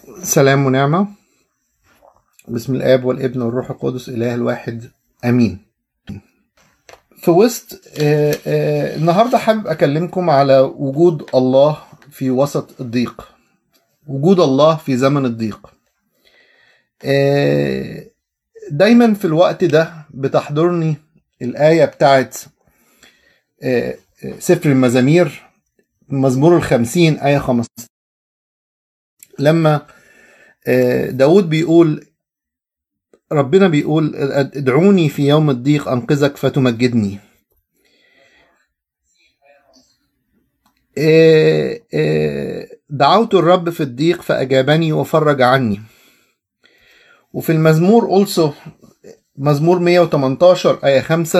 سلام ونعمة بسم الآب والابن والروح القدس إله الواحد أمين. في وسط النهاردة حابب أكلمكم على وجود الله في وسط الضيق، وجود الله في زمن الضيق. دايما في الوقت ده بتحضرني الآية بتاعت سفر المزامير، مزمور 50 آية 15، لما داود بيقول، ربنا بيقول ادعوني في يوم الضيق أنقذك فتمجدني. دعوت الرب في الضيق فأجابني وفرج عني. وفي المزمور also مزمور 118 آية 5،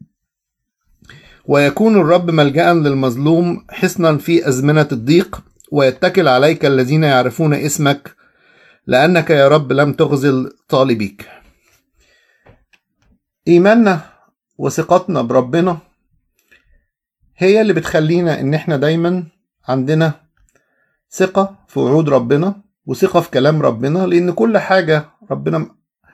ويكون الرب ملجأ للمظلوم حصنا في أزمنة الضيق، ويتكل عليك الذين يعرفون اسمك لأنك يا رب لم تخذل طالبيك. إيماننا وثقتنا بربنا هي اللي بتخلينا إن احنا دايما عندنا ثقة في وعود ربنا وثقة في كلام ربنا، لأن كل حاجة ربنا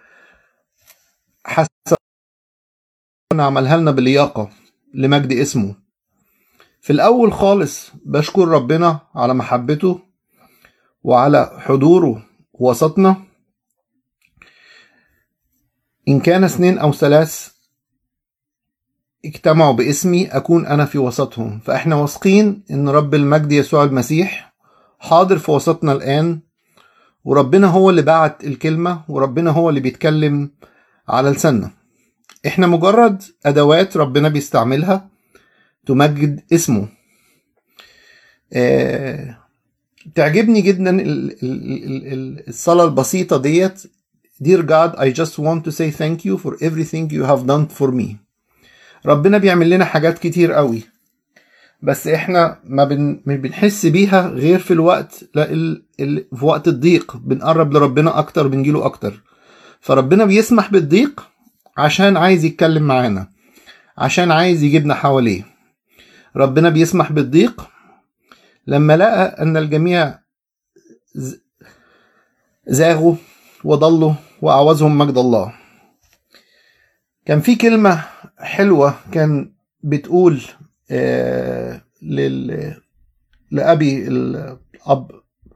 حسب عملها لنا بلياقة لمجد اسمه. في الأول خالص بشكر ربنا على محبته وعلى حضوره وسطنا. إن كان 2 أو 3 اجتمعوا باسمي أكون أنا في وسطهم. فإحنا واثقين إن رب المجد يسوع المسيح حاضر في وسطنا الآن، وربنا هو اللي بعت الكلمة، وربنا هو اللي بيتكلم على لساننا. إحنا مجرد أدوات ربنا بيستعملها تمجد اسمه. تعجبني جدا الصلاة البسيطة ديت: Dear God, I just want to say thank you for everything you have done for me. ربنا بيعمل لنا حاجات كتير قوي، بس احنا ما بنحس بيها غير في الوقت في وقت الضيق بنقرب لربنا اكتر، بنجيله اكتر. فربنا بيسمح بالضيق عشان عايز يتكلم معانا، عشان عايز يجيبنا حواليه. ربنا بيسمح بالضيق لما لقى ان الجميع زاغوا وضلوا وأعوزهم مجد الله. كان في كلمة حلوة كان بتقول لأبي الأب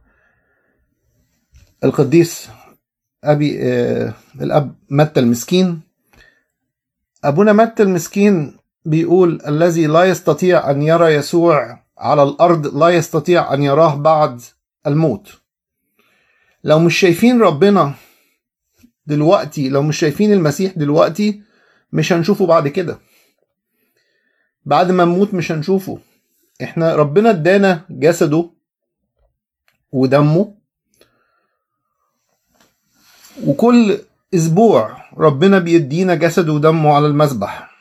القديس، أبي الأب متى المسكين. أبونا متى المسكين بيقول: الذي لا يستطيع أن يرى يسوع على الأرض لا يستطيع أن يراه بعد الموت. لو مش شايفين ربنا دلوقتي، لو مش شايفين المسيح دلوقتي، مش هنشوفه بعد كده. بعد ما نموت مش هنشوفه. احنا ربنا ادانا جسده ودمه، وكل اسبوع ربنا بيدينا جسده ودمه على المذبح.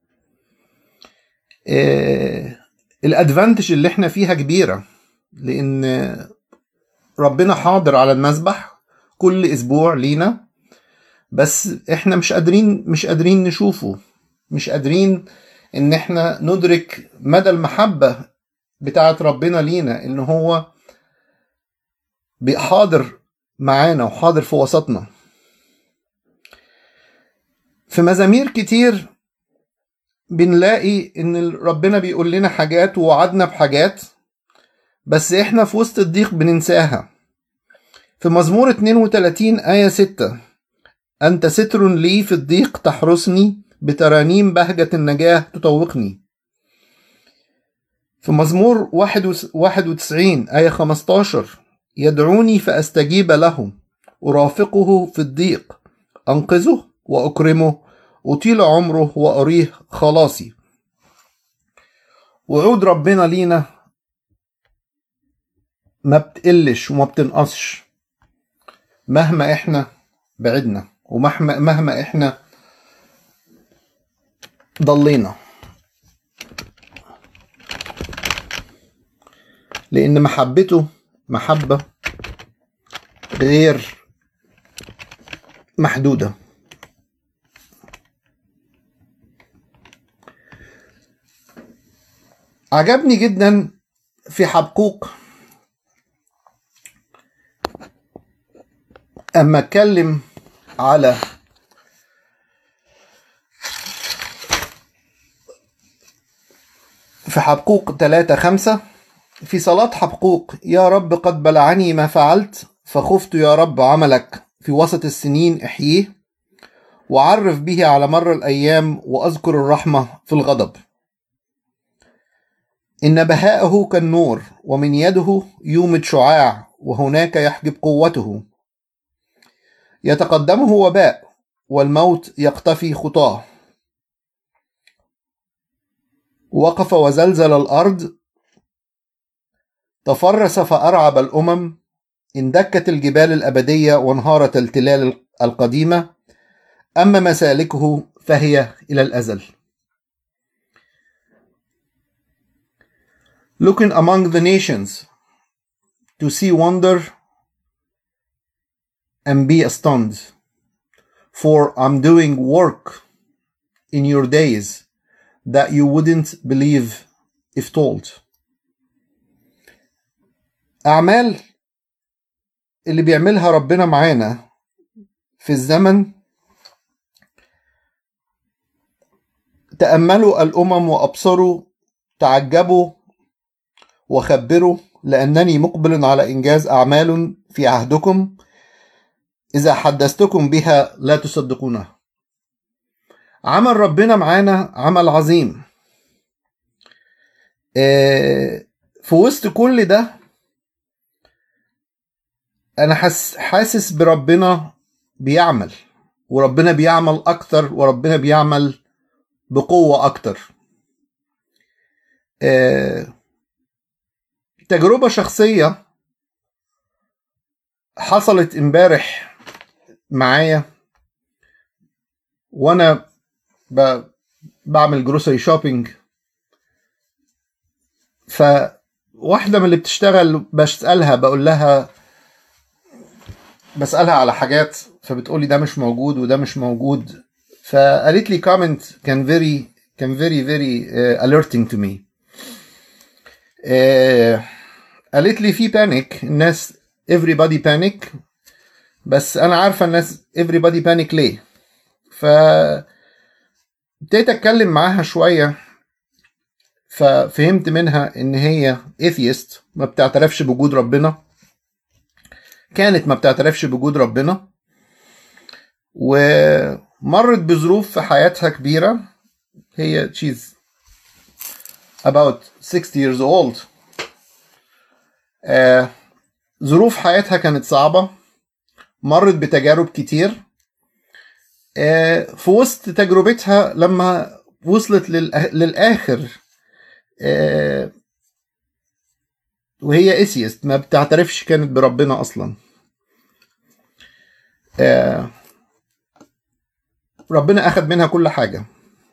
الادفانتج اللي احنا فيها كبيرة، لان ربنا حاضر على المذبح كل اسبوع لينا، بس احنا مش قادرين نشوفه، مش قادرين ان احنا ندرك مدى المحبة بتاعت ربنا لينا، ان هو حاضر معانا وحاضر في وسطنا. في مزامير كتير بنلاقي ان ربنا بيقول لنا حاجات ووعدنا بحاجات، بس احنا في وسط الضيق بننساها. في مزمور 32 آية 6: أنت ستر لي في الضيق تحرسني، بترانيم بهجة النجاة تطوقني. في مزمور 91 آية 15: يدعوني فأستجيب له، أرافقه في الضيق، أنقذه وأكرمه، أطيل عمره وأريه خلاصي. وعود ربنا لينا ما بتقلش وما بتنقصش مهما احنا بعدنا ومهما احنا ضلينا، لان محبته محبة غير محدودة. عجبني جدا في حبقوق اما اتكلم على في حبقوق 3:5 في صلاة حبقوق: يا رب قد بلعني ما فعلت، فخفت يا رب عملك في وسط السنين احييه، وعرف به على مر الأيام، وأذكر الرحمة في الغضب. إن بهاءه كالنور، ومن يده يومد شعاع، وهناك يحجب قوته. يتقدمه وباء، والموت يقتفي خطاه. وقف وزلزل الأرض، تفرس فأرعب الأمم. اندكت الجبال الأبدية، وانهارت التلال القديمة. أما مسالكه فهي إلى الأزل. Looking among the nations to see wonder and be astonished, for I'm doing work in your days that you wouldn't believe if told. أعمال اللي بيعملها ربنا معانا في الزمن تأملوا الأمم وأبصروا، تعجبوا وخبروا، لأنني مقبل على إنجاز أعمال في عهدكم، إذا حدثتكم بها لا تصدقونها. عمل ربنا معانا عمل عظيم. في وسط كل ده أنا حاسس بربنا بيعمل، وربنا بيعمل أكتر، وربنا بيعمل بقوة أكتر. تجربة شخصية حصلت امبارح معايا وانا بعمل جروسري شوبينج. فواحدة من اللي بتشتغل بسألها على حاجات، فبتقولي ده مش موجود وده مش موجود. فقالت لي كومنت كان very alerting to me. قالت لي في بانيك، الناس everybody panic، بس انا عارفة الناس everybody panic ليه. فابتديت اتكلم معاها شوية، ففهمت منها ان هي atheist، ما بتعترفش بوجود ربنا، كانت ما بتعترفش بوجود ربنا، ومرت بظروف في حياتها كبيرة. هي she's about 60 years old. ظروف حياتها كانت صعبة، مرت بتجارب كتير. في وسط تجربتها لما وصلت للآخر وهي atheist، ما بتعترفش كانت بربنا أصلا. ربنا أخذ منها كل حاجة،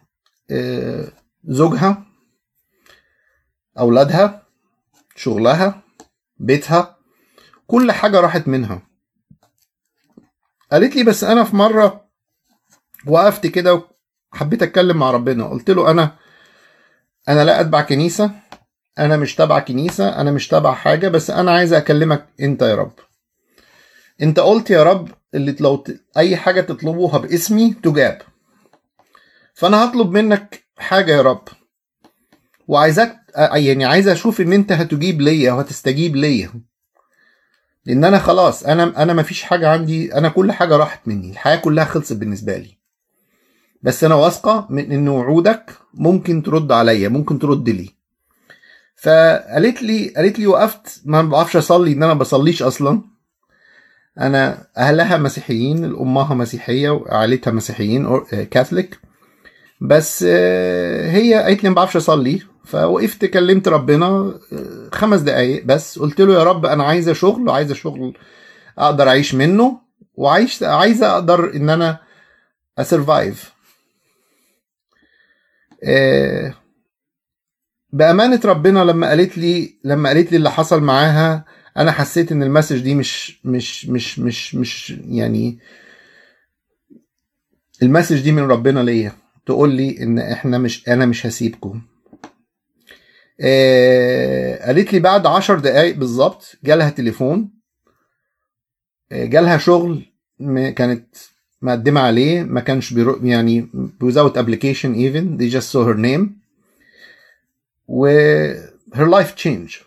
زوجها، أولادها، شغلها، بيتها، كل حاجة راحت منها. قالت لي بس أنا في مرة وقفت كده وحبيت أتكلم مع ربنا، قلت له أنا لا أتبع كنيسة، أنا مش تبع كنيسة، أنا مش تبع حاجة، بس أنا عايز أكلمك أنت يا رب. أنت قلت يا رب اللي لو أي حاجة تطلبوها باسمي تجاب، فأنا هطلب منك حاجة يا رب، وعايزك يعني عايز أشوف إن أنت هتجيب ليا وهتستجيب ليا، لأن أنا خلاص أنا مفيش حاجة عندي، أنا كل حاجة راحت مني، الحياة كلها خلصت بالنسبة لي، بس أنا واثقة من إن وعودك ممكن ترد عليا، ممكن ترد لي. فقالت لي وقفت، ما بعرفش أصلي، إن أنا بصليش أصلا. أنا أهلها مسيحيين، الأمها مسيحية وعائلتها مسيحيين كاثوليك، بس هي قالت لي ما بعرفش أصلي. فوقفت كلمت ربنا 5 دقايق بس، قلت له يا رب أنا عايزة شغل، وعايزة شغل أقدر أعيش منه، وعايزة أقدر إن أنا أسرفايف. بأمانة ربنا لما قالت لي اللي حصل معاها، أنا حسيت إن المسج دي مش يعني المسج دي من ربنا ليا، تقول لي إن أنا مش هسيبكم. قالت لي بعد 10 دقايق بالظبط جالها تليفون، جالها شغل كانت مقدمة عليه، ما كانش يعني without application even, they just saw her name و her life changed،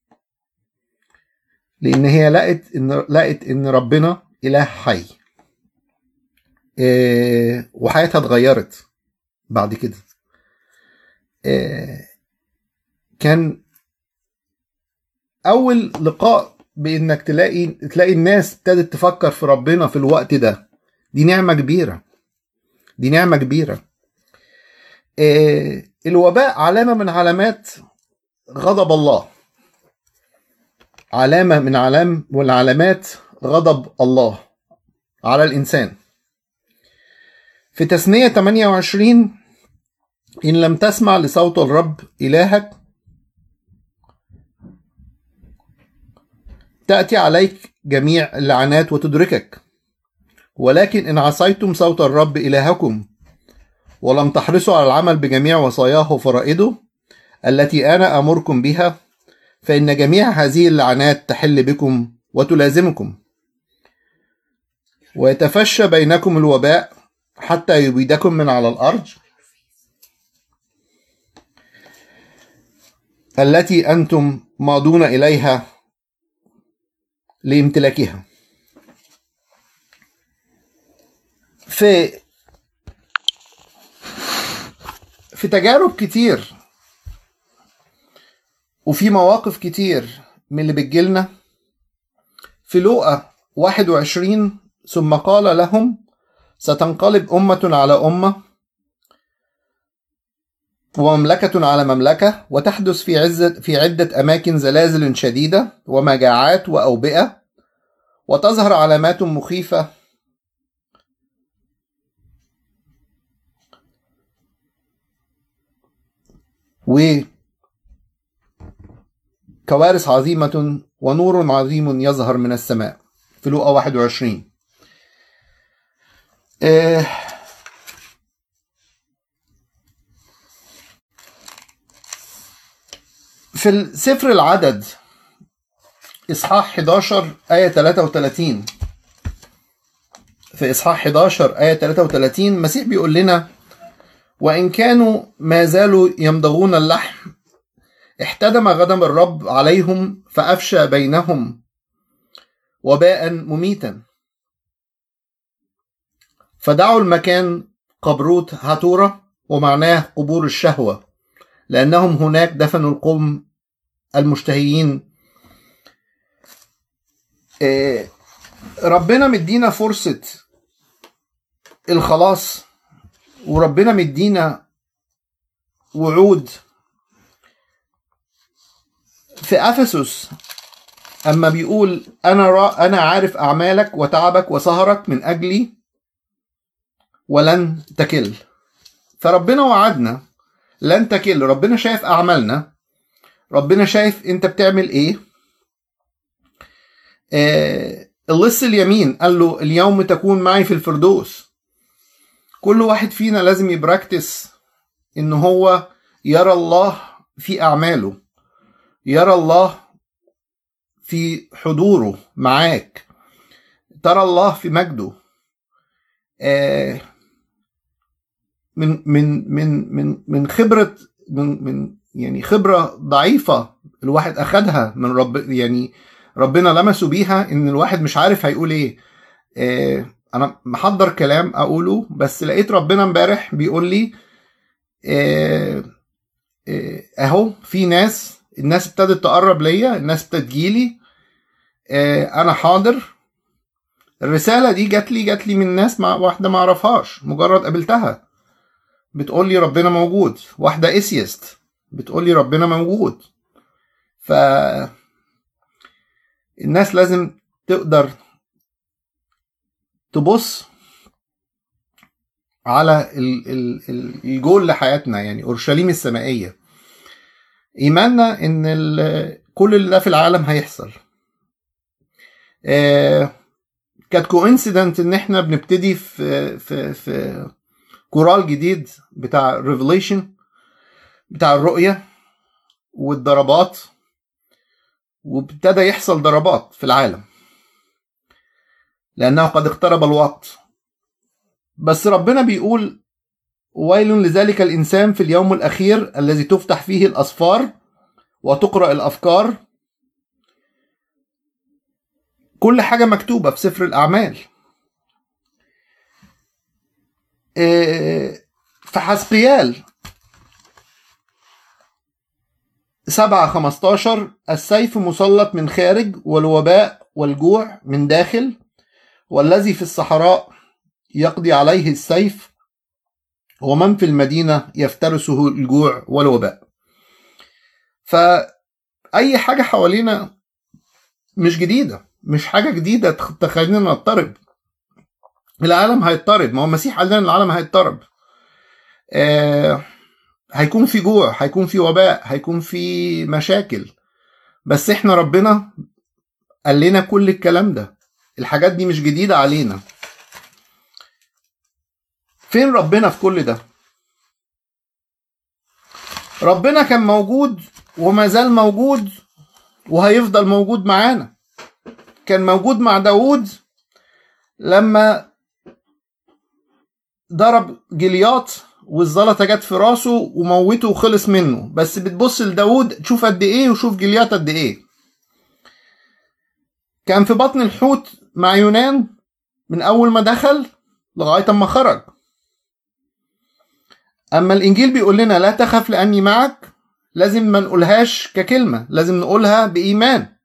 لأن هي لقت إن ربنا إله حي، وحياتها اتغيرت بعد كده. كان أول لقاء بإنك تلاقي الناس ابتدت تفكر في ربنا في الوقت ده، دي نعمة كبيرة، دي نعمة كبيرة. الوباء علامة من علامات غضب الله، علامة من والعلامات غضب الله على الإنسان. في تثنية 28: إن لم تسمع لصوت الرب إلهك تأتي عليك جميع اللعنات وتدركك، ولكن إن عصيتم صوت الرب إلهكم ولم تحرصوا على العمل بجميع وصاياه وفرائضه التي أنا أمركم بها، فإن جميع هذه اللعنات تحل بكم وتلازمكم، ويتفشى بينكم الوباء حتى يبيدكم من على الأرض التي أنتم ماضون إليها لامتلاكها. في تجارب كتير وفي مواقف كتير من اللي بتجيلنا. في لوقا 21: ثم قال لهم ستنقلب أمة على أمة ومملكة على مملكة، وتحدث في عدة أماكن زلازل شديدة ومجاعات وأوبئة، وتظهر علامات مخيفة وكوارث عظيمة ونور عظيم يظهر من السماء. في لوقا 21. في السفر العدد إصحاح 11 آية 33، في إصحاح 11 آية 33 المسيح بيقول لنا: وإن كانوا ما زالوا يمضغون اللحم احتدم غضب الرب عليهم فأفشى بينهم وباء مميتا، فدعوا المكان قبروت هاتورة، ومعناه قبور الشهوة، لأنهم هناك دفنوا القوم المشتهيين. ربنا مدينا فرصة الخلاص، وربنا مدينا وعود. في أفسس أما بيقول أنا عارف أعمالك وتعبك وسهرك من أجلي ولن تكل، فربنا وعدنا لن تكل. ربنا شايف أعمالنا، ربنا شايف أنت بتعمل إيه. اللص اليمين قال له: اليوم تكون معي في الفردوس. كل واحد فينا لازم يبراكتس إن هو يرى الله في أعماله، يرى الله في حضوره معاك، ترى الله في مجده. من من من من من خبرة من يعني خبرة ضعيفة الواحد أخدها من يعني ربنا لمسه بيها، إن الواحد مش عارف هيقول إيه. أنا محضر كلام أقوله، بس لقيت ربنا امبارح بيقول لي أهو في الناس ابتدت تقرب ليا، الناس ابتدت تجيلي، أنا حاضر. الرسالة دي جات لي من ناس واحدة ما أعرفهاش، مجرد قابلتها بتقول لي ربنا موجود. واحدة إيسيست بتقول لي ربنا موجود. الناس لازم تقدر تبص على الجول لحياتنا، يعني أورشليم السمائية. إيماننا إن كل اللي ده في العالم هيحصل. كانت كوينسيدنت إن إحنا بنبتدي في كورال جديد بتاع ريفيليشن، بتاع الرؤية والضربات، وابتدى يحصل ضربات في العالم. لأنه قد اقترب الوقت. بس ربنا بيقول ويل لذلك الإنسان في اليوم الأخير الذي تفتح فيه الأسفار وتقرأ الأفكار. كل حاجة مكتوبة في سفر الأعمال. في حزقيال 7:15 السيف مسلط من خارج والوباء والجوع من داخل، والذي في الصحراء يقضي عليه السيف، ومن في المدينة يفترسه الجوع والوباء. فأي حاجة حوالينا مش جديدة، مش حاجة جديدة تخلينا نضطرب. العالم هيضطرب، ما هو المسيح قال لنا العالم هيضطرب. هيكون في جوع، هيكون في وباء، هيكون في مشاكل، بس احنا ربنا قال لنا كل الكلام ده. الحاجات دي مش جديدة علينا. فين ربنا في كل ده؟ ربنا كان موجود وما زال موجود وهيفضل موجود معانا. كان موجود مع داود لما ضرب جلياط والزلطة جت في راسه وموته وخلص منه، بس بتبص لداود تشوف قد ايه وشوف جلياط قد ايه. كان في بطن الحوت مع يونان من اول ما دخل لغاية ما خرج. اما الانجيل بيقول لنا لا تخف لاني معك، لازم ما نقولهاش ككلمة، لازم نقولها بإيمان.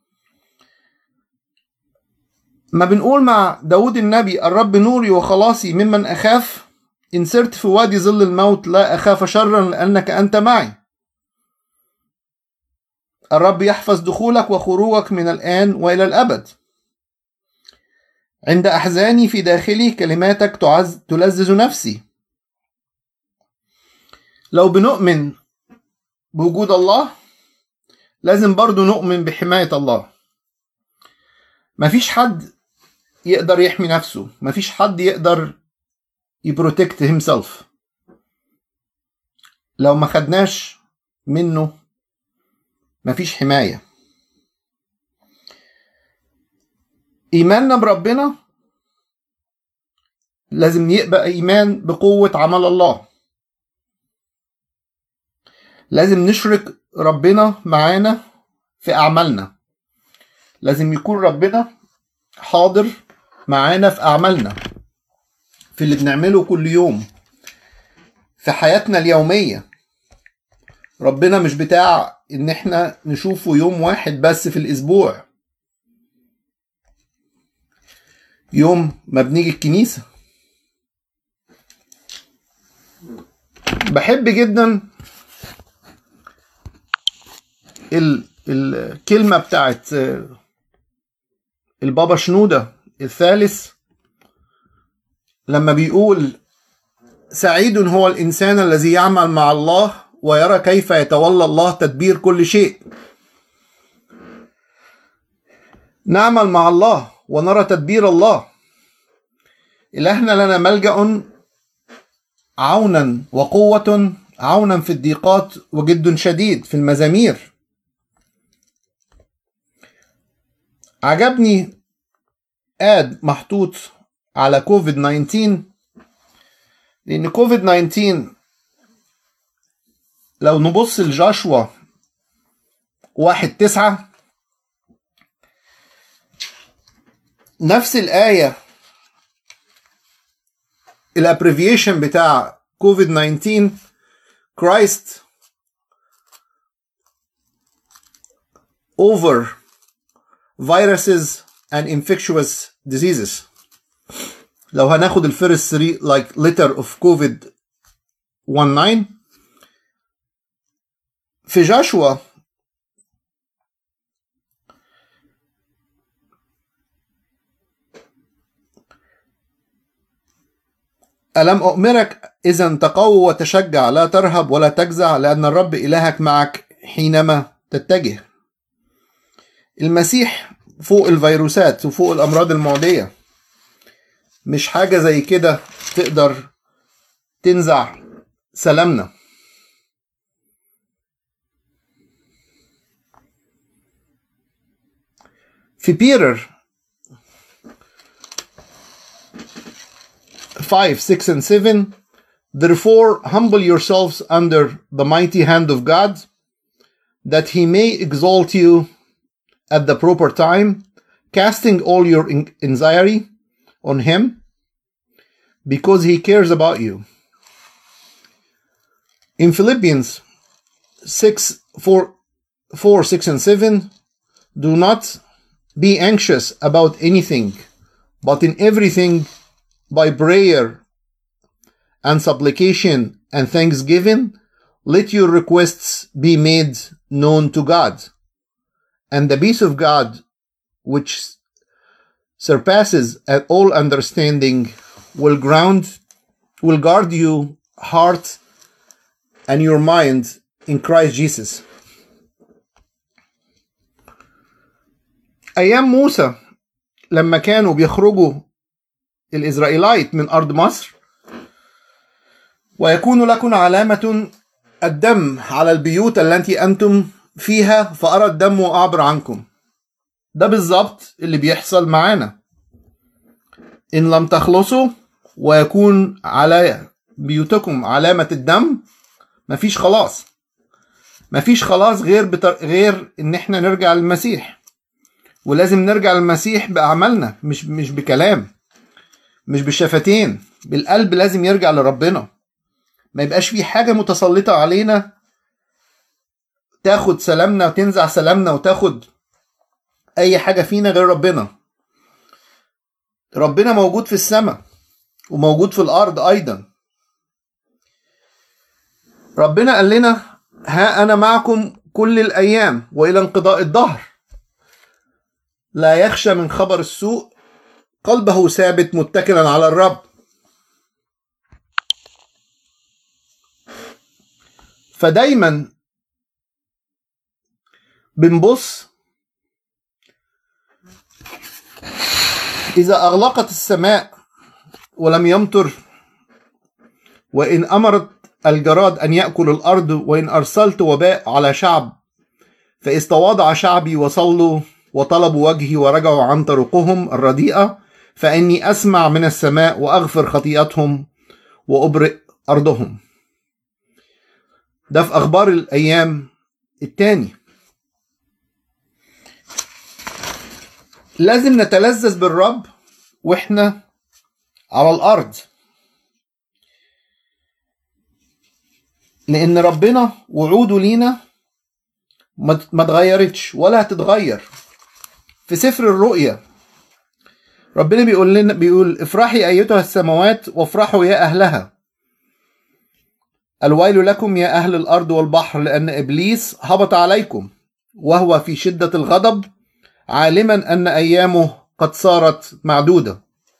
ما بنقول مع داود النبي الرب نوري وخلاصي ممن أخاف، إن سرت في وادي ظل الموت لا أخاف شرا لأنك أنت معي. الرب يحفظ دخولك وخروجك من الآن وإلى الأبد. عند أحزاني في داخلي كلماتك تلذذ نفسي. لو بنؤمن بوجود الله لازم برضو نؤمن بحماية الله. مفيش حد يقدر يحمي نفسه، مفيش حد يقدر يبروتكت himself. لو ما خدناش منه مفيش حماية. إيماننا بربنا لازم يبقى إيمان بقوة عمل الله. لازم نشرك ربنا معانا في أعمالنا. لازم يكون ربنا حاضر معانا في أعمالنا، في اللي بنعمله كل يوم، في حياتنا اليومية. ربنا مش بتاع إن احنا نشوفه يوم واحد بس في الأسبوع، يوم ما بنيجي الكنيسة. بحب جدا الكلمة بتاعت البابا شنودة الثالث لما بيقول سعيد هو الإنسان الذي يعمل مع الله ويرى كيف يتولى الله تدبير كل شيء. نعمل مع الله ونرى تدبير الله. إلهنا لنا ملجأ عونا وقوة، عونا في الضيقات وجد شديد في المزامير. عجبني آد محطوط على كوفيد 19، لأن كوفيد 19 لو نبص لجاشوا 1:9 نفس الآية، الابريفيشن بتاع كوفيد 19 Christ over viruses and infectious diseases. لو هناخد الفيرست 3 like letter of COVID 19 في جاشوا ألم أؤمرك إذن تقوى وتشجع، لا ترهب ولا تجزع، لأن الرب إلهك معك حينما تتجه. المسيح فوق الفيروسات وفوق الأمراض المعدية. مش حاجة زي كده تقدر تنزع سلامنا. في بيتر 5, 6, and 7. Therefore, humble yourselves under the mighty hand of God, that he may exalt you at the proper time, casting all your anxiety on him, because he cares about you. In Philippians 4, 6, and 7, do not be anxious about anything, but in everything, by prayer and supplication and thanksgiving, let your requests be made known to God. And the peace of God, which surpasses all understanding, will guard your heart and your mind in Christ Jesus. أيام موسى لما كانوا بيخرجوا الإسرائيليت من أرض مصر، ويكون لكم علامة الدم على البيوت التي أنتم فيها فأرى الدم وأعبر عنكم. ده بالظبط اللي بيحصل معانا. إن لم تخلصوا ويكون على بيوتكم علامة الدم، مفيش خلاص. مفيش خلاص غير إن احنا نرجع للمسيح. ولازم نرجع للمسيح بأعمالنا، مش بكلام، مش بالشفتين، بالقلب. لازم يرجع لربنا. ما يبقاش في حاجة متسلطة علينا تاخد سلامنا وتنزع سلامنا وتاخد أي حاجة فينا غير ربنا. ربنا موجود في السماء وموجود في الأرض أيضا. ربنا قال لنا: ها أنا معكم كل الأيام وإلى انقضاء الدهر. لا يخشى من خبر السوء، قلبه ثابت متكلا على الرب. فدايما بنبص إذا أغلقت السماء ولم يمطر، وإن أمرت الجراد أن يأكل الأرض، وإن أرسلت وباء على شعب، فإذ تواضع شعبي وصلوا وطلبوا وجهي ورجعوا عن طرقهم الرديئة، فإني أسمع من السماء وأغفر خطيئتهم وأبرئ أرضهم. ده في أخبار الأيام التاني. لازم نتلذذ بالرب وإحنا على الأرض، لأن ربنا وعوده لينا ما تغيرتش ولا هتتغير. في سفر الرؤيا ربنا بيقول: افرحي أيتها السماوات وافرحوا يا أهلها، الويل لكم يا أهل الأرض والبحر، لأن إبليس هبط عليكم وهو في شدة الغضب، عالما أن أيامه قد صارت معدودة.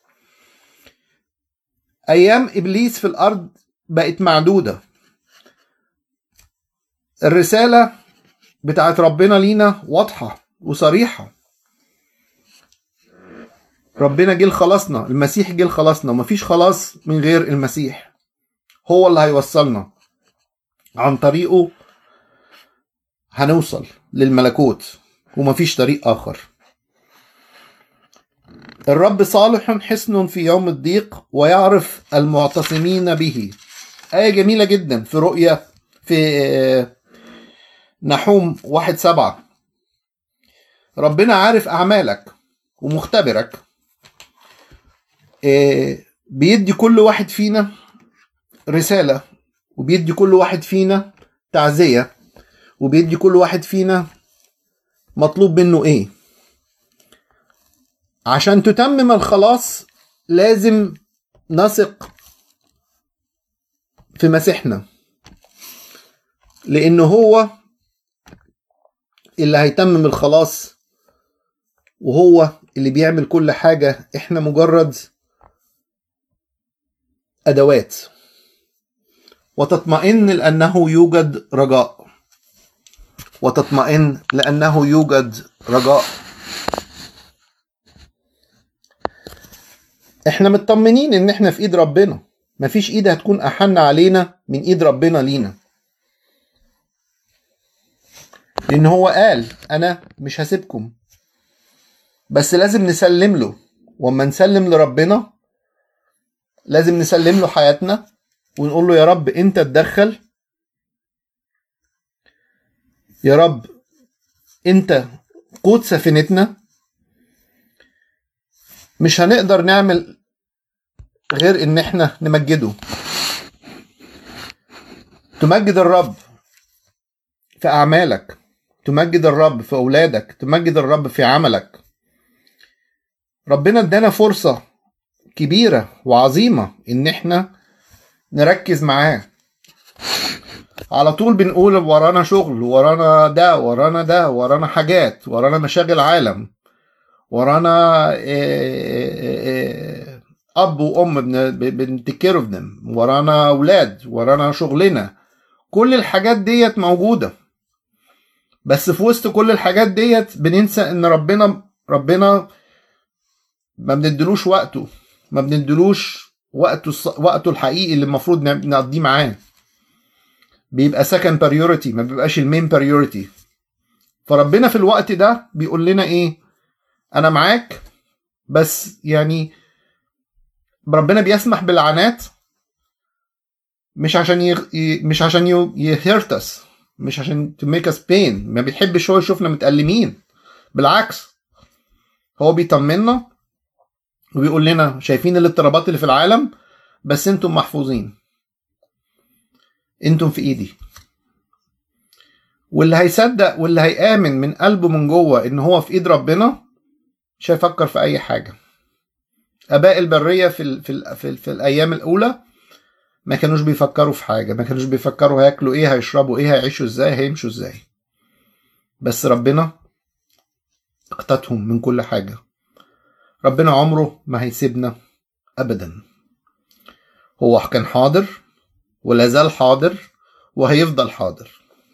أيام إبليس في الأرض بقت معدودة. الرسالة بتاعت ربنا لينا واضحة وصريحة. ربنا جه خلصنا، المسيح جه خلصنا، ومفيش خلاص من غير المسيح. هو اللي هيوصلنا، عن طريقه هنوصل للملكوت، ومفيش طريق آخر. الرب صالح حصن في يوم الضيق، ويعرف المعتصمين به. آية جميلة جدا في رؤيا، في نحوم 1:7. ربنا عارف أعمالك ومختبرك. بيدي كل واحد فينا رسالة، وبيدي كل واحد فينا تعزية، وبيدي كل واحد فينا مطلوب منه ايه. عشان تتمم الخلاص لازم نثق في مسيحنا، لأنه هو اللي هيتمم الخلاص، وهو اللي بيعمل كل حاجة. احنا مجرد أدوات. وتطمئن لأنه يوجد رجاء، وتطمئن لأنه يوجد رجاء. احنا مطمنين ان احنا في ايد ربنا. مفيش ايد هتكون احن علينا من ايد ربنا لينا، لان هو قال: انا مش هسيبكم. بس لازم نسلم له، وما نسلم لربنا لازم نسلم له حياتنا ونقول له يا رب انت تدخل، يا رب انت قود سفينتنا. مش هنقدر نعمل غير ان احنا نمجده. تمجد الرب في اعمالك، تمجد الرب في اولادك، تمجد الرب في عملك. ربنا ادانا فرصة كبيرة وعظيمة ان احنا نركز معاه. على طول بنقول ورانا شغل، ورانا ده، ورانا ده، ورانا حاجات، ورانا مشاغل عالم، ورانا اب وام بنتكير اوف ذم، ورانا اولاد، ورانا شغلنا. كل الحاجات ديت موجودة، بس في وسط كل الحاجات ديت بننسى ان ربنا ما بندلوش وقته، ما بندلوش وقته الحقيقي اللي المفروض نقضيه معاه. بيبقى second priority، ما بيبقاش المين priority. فربنا في الوقت ده بيقول لنا ايه؟ انا معاك، بس يعني ربنا بيسمح بالعنات مش عشان يهرت us، مش عشان to make us pain. ما بيحبش هو يشوفنا متألمين، بالعكس هو بيطمنا وبيقول لنا شايفين الاضطرابات اللي في العالم، بس انتم محفوظين، انتم في ايدي. واللي هيصدق واللي هيآمن من قلبه من جوه ان هو في ايد ربنا مش هيفكر في اي حاجة. اباء البرية في الايام الاولى ما كانوش بيفكروا في حاجة، ما كانوش بيفكروا هياكلوا ايه، هيشربوا ايه، هيعيشوا ازاي، هيمشوا ازاي. بس ربنا اقتاتهم من كل حاجة. ربنا عمره ما هيسيبنا ابدا. هو كان حاضر ولا زال حاضر وهيفضل حاضر.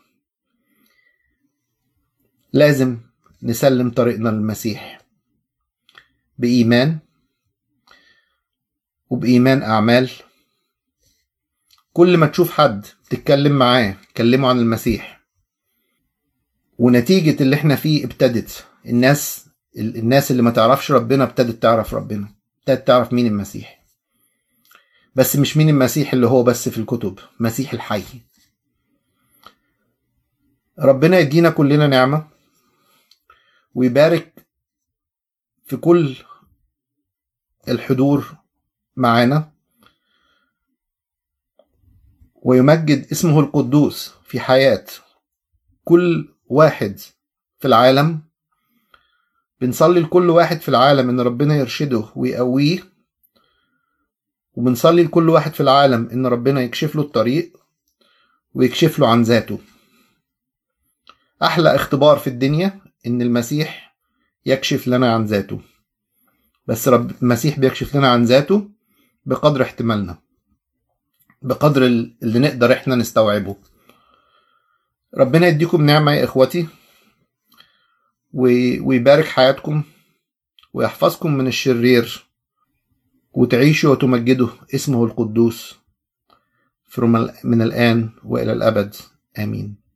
لازم نسلم طريقنا للمسيح بإيمان، وبإيمان أعمال. كل ما تشوف حد تتكلم معاه كلمه عن المسيح. ونتيجة اللي احنا فيه ابتدت الناس اللي ما تعرفش ربنا ابتدت تعرف ربنا، ابتدت تعرف مين المسيح. بس مش مين المسيح اللي هو بس في الكتب، مسيح الحي. ربنا يدينا كلنا نعمة ويبارك في كل الحضور معانا، ويمجد اسمه القدوس في حياة كل واحد في العالم. بنصلي لكل واحد في العالم ان ربنا يرشده ويقويه، وبنصلي لكل واحد في العالم ان ربنا يكشف له الطريق ويكشف له عن ذاته. احلى اختبار في الدنيا ان المسيح يكشف لنا عن ذاته، بس المسيح بيكشف لنا عن ذاته بقدر احتمالنا، بقدر اللي نقدر احنا نستوعبه. ربنا يديكم نعمة يا اخوتي، ويبارك حياتكم ويحفظكم من الشرير، وتعيشوا وتمجدوا اسمه القدوس من الآن وإلى الأبد. آمين.